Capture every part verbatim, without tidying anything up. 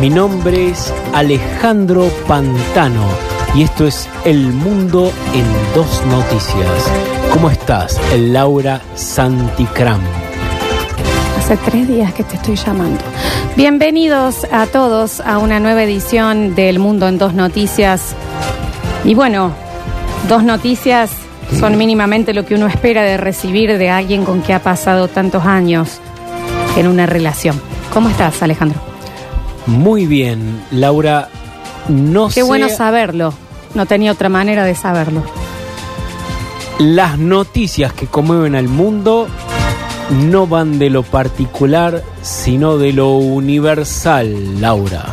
Mi nombre es Alejandro Pantano y esto es El Mundo en Dos Noticias. ¿Cómo estás, Laura Santicram? Hace tres días que te estoy llamando. Bienvenidos a todos a una nueva edición del Mundo en Dos Noticias. Y bueno, dos noticias son mínimamente lo que uno espera de recibir de alguien con que ha pasado tantos años en una relación. ¿Cómo estás, Alejandro? Muy bien, Laura. No sé... Qué bueno saberlo. No tenía otra manera de saberlo. Las noticias que conmueven al mundo no van de lo particular, sino de lo universal, Laura.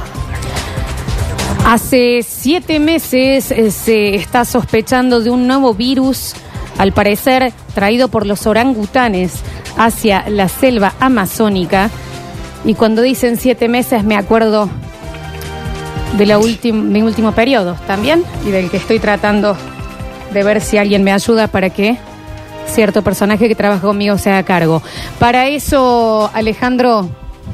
Hace siete meses eh, se está sospechando de un nuevo virus, al parecer traído por los orangutanes hacia la selva amazónica. Y cuando dicen siete meses me acuerdo de la última, mi último periodo también, y del que estoy tratando de ver si alguien me ayuda para que cierto personaje que trabaja conmigo se haga cargo. Para eso, Alejandro,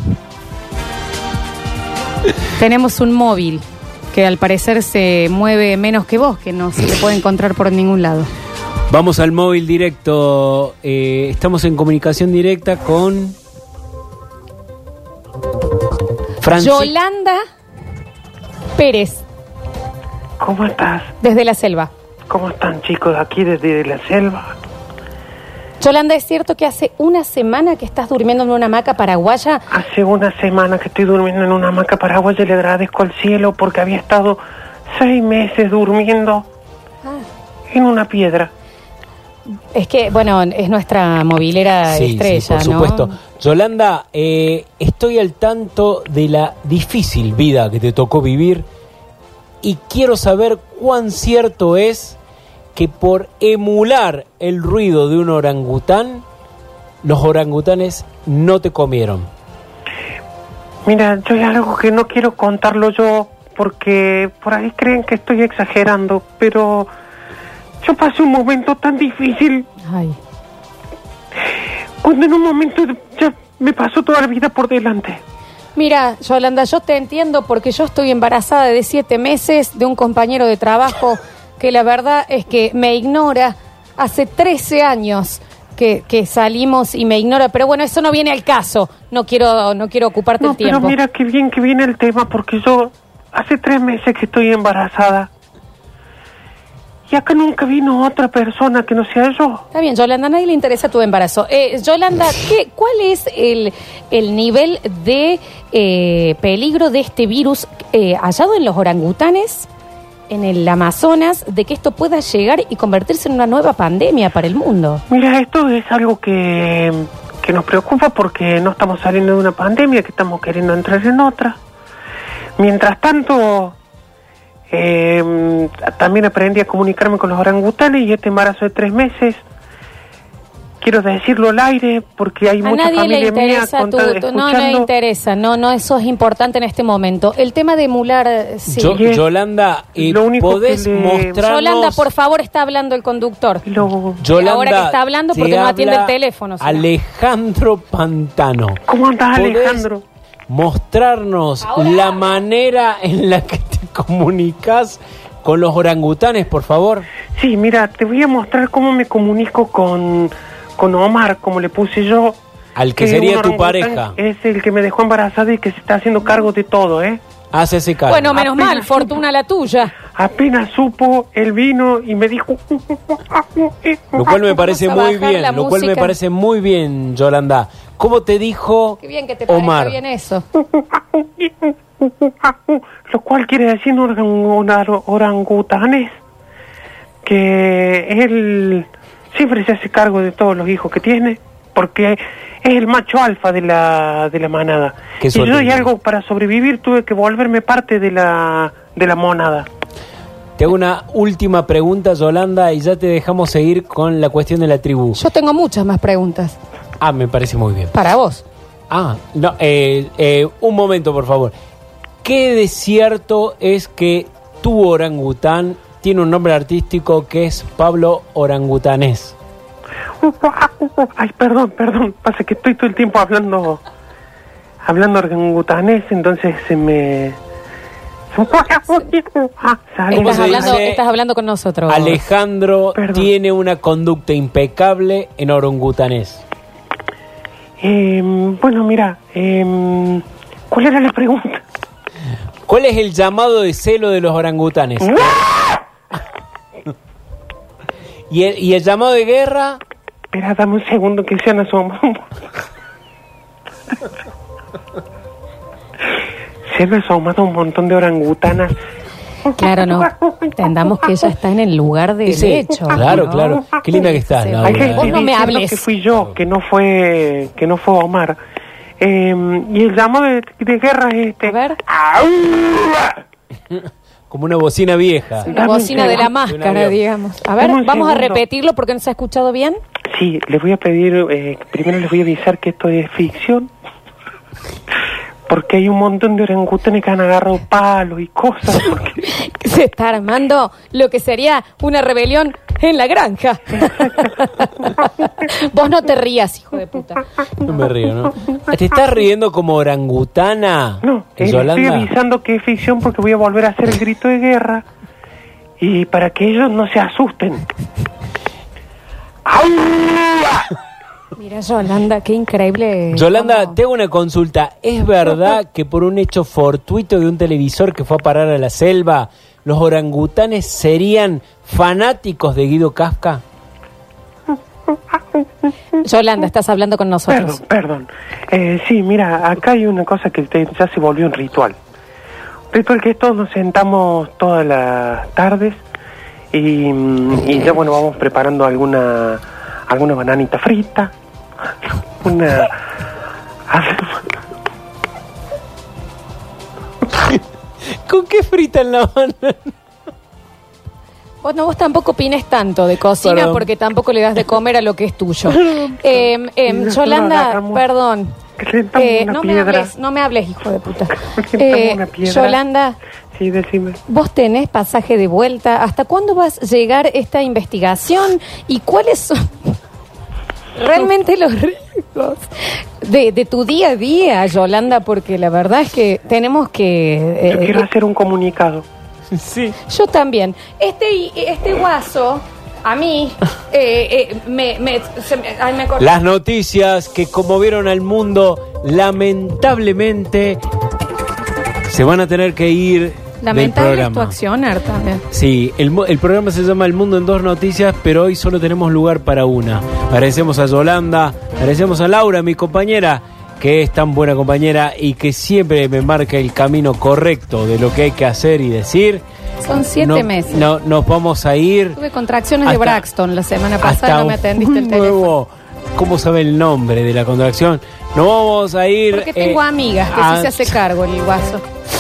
tenemos un móvil que al parecer se mueve menos que vos, que no se le puede encontrar por ningún lado. Vamos al móvil directo. Eh, estamos en comunicación directa con Franci- Yolanda Pérez. ¿Cómo estás? Desde la selva. ¿Cómo están, chicos? Aquí desde la selva. Yolanda, ¿es cierto que hace una semana que estás durmiendo en una hamaca paraguaya? Hace una semana que estoy durmiendo en una hamaca paraguaya. Le agradezco al cielo porque había estado seis meses durmiendo Ah. en una piedra. Es que, bueno, es nuestra movilera Sí, estrella, sí, por ¿no? supuesto. Yolanda, eh, estoy al tanto de la difícil vida que te tocó vivir y quiero saber cuán cierto es que por emular el ruido de un orangután, los orangutanes no te comieron. Mira, yo hay algo que no quiero contarlo yo porque por ahí creen que estoy exagerando, pero yo pasé un momento tan difícil. Ay. Cuando en un momento ya me pasó toda la vida por delante. Mira, Yolanda, yo te entiendo porque yo estoy embarazada de siete meses de un compañero de trabajo que la verdad es que me ignora. Hace trece años que, que salimos y me ignora, pero bueno, eso no viene al caso. No quiero, no quiero ocuparte No, el tiempo. pero mira qué bien que viene el tema porque yo hace tres meses que estoy embarazada. Y acá nunca vino otra persona que no sea yo. Está bien, Yolanda, a nadie le interesa tu embarazo. Eh, Yolanda, ¿qué, ¿cuál es el, el nivel de eh, peligro de este virus eh, hallado en los orangutanes, en el Amazonas, de que esto pueda llegar y convertirse en una nueva pandemia para el mundo? Mira, esto es algo que, que nos preocupa porque no estamos saliendo de una pandemia, que estamos queriendo entrar en otra. Mientras tanto... Eh, también aprendí a comunicarme con los orangutanes y este embarazo de tres meses quiero decirlo al aire porque hay a mucha nadie le familia mía interesa tu, conta- tu- no le escuchando. interesa, no, no, eso es importante en este momento. El tema de emular, eh, sí. Yo- Yes. Yolanda, eh, Lo único ¿podés que le- mostrarnos? Yolanda, por favor, está hablando el conductor. Lo- Yolanda, Ahora que está hablando porque te no atiende habla el teléfono, ¿sí? Alejandro Pantano. ¿Cómo andás, ¿Podés Alejandro? mostrarnos Ahora. la manera en la que te comunicas con los orangutanes, por favor? Sí, mira, te voy a mostrar cómo me comunico con, con Omar, como le puse yo. Al que es sería un tu orangután, pareja. Es el que me dejó embarazada y que se está haciendo cargo de todo, ¿eh? Hace ese cargo. Bueno, menos Apenas mal, supo. fortuna la tuya. Apenas supo, él vino y me dijo... Lo cual me parece Vamos a muy bajar bien, la lo cual me música. parece muy bien, Yolanda. ¿Cómo te dijo Qué bien que te parezca Omar? bien eso. Lo cual quiere decir orang- orang- orangutanes que él siempre se hace cargo de todos los hijos que tiene porque es el macho alfa de la de la manada. Qué Y suerte yo hay tiene. algo para sobrevivir tuve que volverme parte de la de la monada. Te hago una última pregunta, Yolanda, y ya te dejamos seguir con la cuestión de la tribu. Yo tengo muchas más preguntas Ah, me parece muy bien. para vos. Ah, no, eh, eh, un momento, por favor. ¿Qué de cierto es que tu orangután tiene un nombre artístico que es Pablo Orangutanés? Ay, perdón, perdón, pasa que estoy todo el tiempo hablando hablando orangutanés, entonces se me... Ah, sale. ¿Cómo Estás se hablando, dice? estás hablando con nosotros. Alejandro Perdón. tiene una conducta impecable en orangutanés. Eh, bueno, mira, eh, ¿cuál era la pregunta? ¿Cuál es el llamado de celo de los orangutanes? ¿Y el, y el llamado de guerra? Espera, dame un segundo que se han asomado. Se han asomado un montón de orangutanas. Claro, no. Entendamos que ella está en el lugar del Ese- hecho. Claro, ¿no? claro. Qué linda que estás, Sí. Laura. Hay gente Vos no me diciendo hables. que fui yo, que no fue, que no fue Omar. Eh, y el llamado de, de guerra es este. A ver. ¡Au! Como una bocina vieja. La Dame un bocina de la segundo. De un máscara, avión. digamos. A ver, Dame un vamos a segundo. repetirlo porque no se ha escuchado bien. Sí, les voy a pedir, eh, primero les voy a avisar que esto es ficción. Porque hay un montón de orangutanes que han agarrado palos y cosas. Porque... Se está armando lo que sería una rebelión en la granja. Vos no te rías, hijo de puta. No me río, ¿no? ¿Te estás riendo como orangutana, No, eh, les estoy Yolanda? avisando que es ficción porque voy a volver a hacer el grito de guerra. Y para que ellos no se asusten. ¡Au! Mira, Yolanda, qué increíble. Yolanda, cómo- te hago una consulta. ¿Es verdad que por un hecho fortuito de un televisor que fue a parar a la selva, los orangutanes serían fanáticos de Guido Casca? Yolanda, estás hablando con nosotros. Perdón, perdón. Eh, sí, mira, acá hay una cosa que te- ya se volvió un ritual. Un ritual que todos nos sentamos todas las tardes y, mm, y ya, bueno, vamos preparando alguna alguna bananita frita, una... ¿Con qué fritan la banana? Vos, no, vos tampoco opines tanto de cocina Perdón. porque tampoco le das de comer a lo que es tuyo. Eh, eh, No, Yolanda, hagamos- perdón. Que sentamos Eh, una no me piedra. hables, no me hables, hijo de puta. Sentamos Eh, una piedra. Yolanda, Sí, decime. vos tenés pasaje de vuelta. ¿Hasta cuándo vas a llegar esta investigación? ¿Y cuáles son realmente los riesgos de, de tu día a día, Yolanda? Porque la verdad es que tenemos que... Yo eh, quiero eh, hacer un comunicado. Sí. yo también. Este, este guaso, a mí, eh, eh, me... me, se me- ay, me corté. Las noticias que conmovieron al mundo, lamentablemente, se van a tener que ir Lamentable del es tu programa. accionar también. Sí, el, mu- el programa se llama El Mundo en Dos Noticias, pero hoy solo tenemos lugar para una. Agradecemos a Yolanda, agradecemos a Laura, mi compañera, que es tan buena compañera y que siempre me marca el camino correcto de lo que hay que hacer y decir. Son siete No- meses. No, nos vamos a ir Tuve contracciones de hasta- Braxton la semana pasada, hasta no me atendiste el un teléfono. nuevo, ¿cómo sabe el nombre de la contracción? Nos vamos a ir... Porque tengo eh, amigas que a- sí se hace cargo el guaso.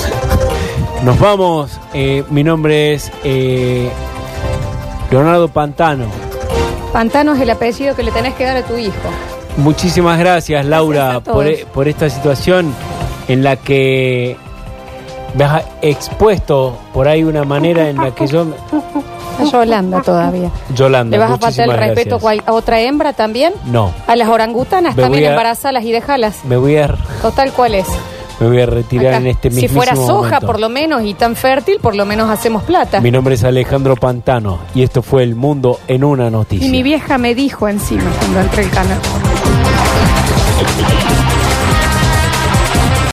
Nos vamos, eh, mi nombre es eh, Leonardo Pantano. Pantano es el apellido que le tenés que dar a tu hijo. Muchísimas gracias, Laura, Gracias a todos. por, e- por esta situación en la que me has expuesto por ahí una manera en la que yo... A Yolanda todavía. Yolanda, ¿Le vas a faltar el muchísimas respeto a gracias. cual- a otra hembra también? No, A las orangutanas Me también voy a- embarazalas y dejalas. me voy a, Total, ¿cuál es? me voy a retirar Acá. en este Si mismísimo fuera soja, momento. por lo menos, y tan fértil, por lo menos hacemos plata. Mi nombre es Alejandro Pantano y esto fue El Mundo en una Noticia. Y mi vieja me dijo encima cuando entré al canal.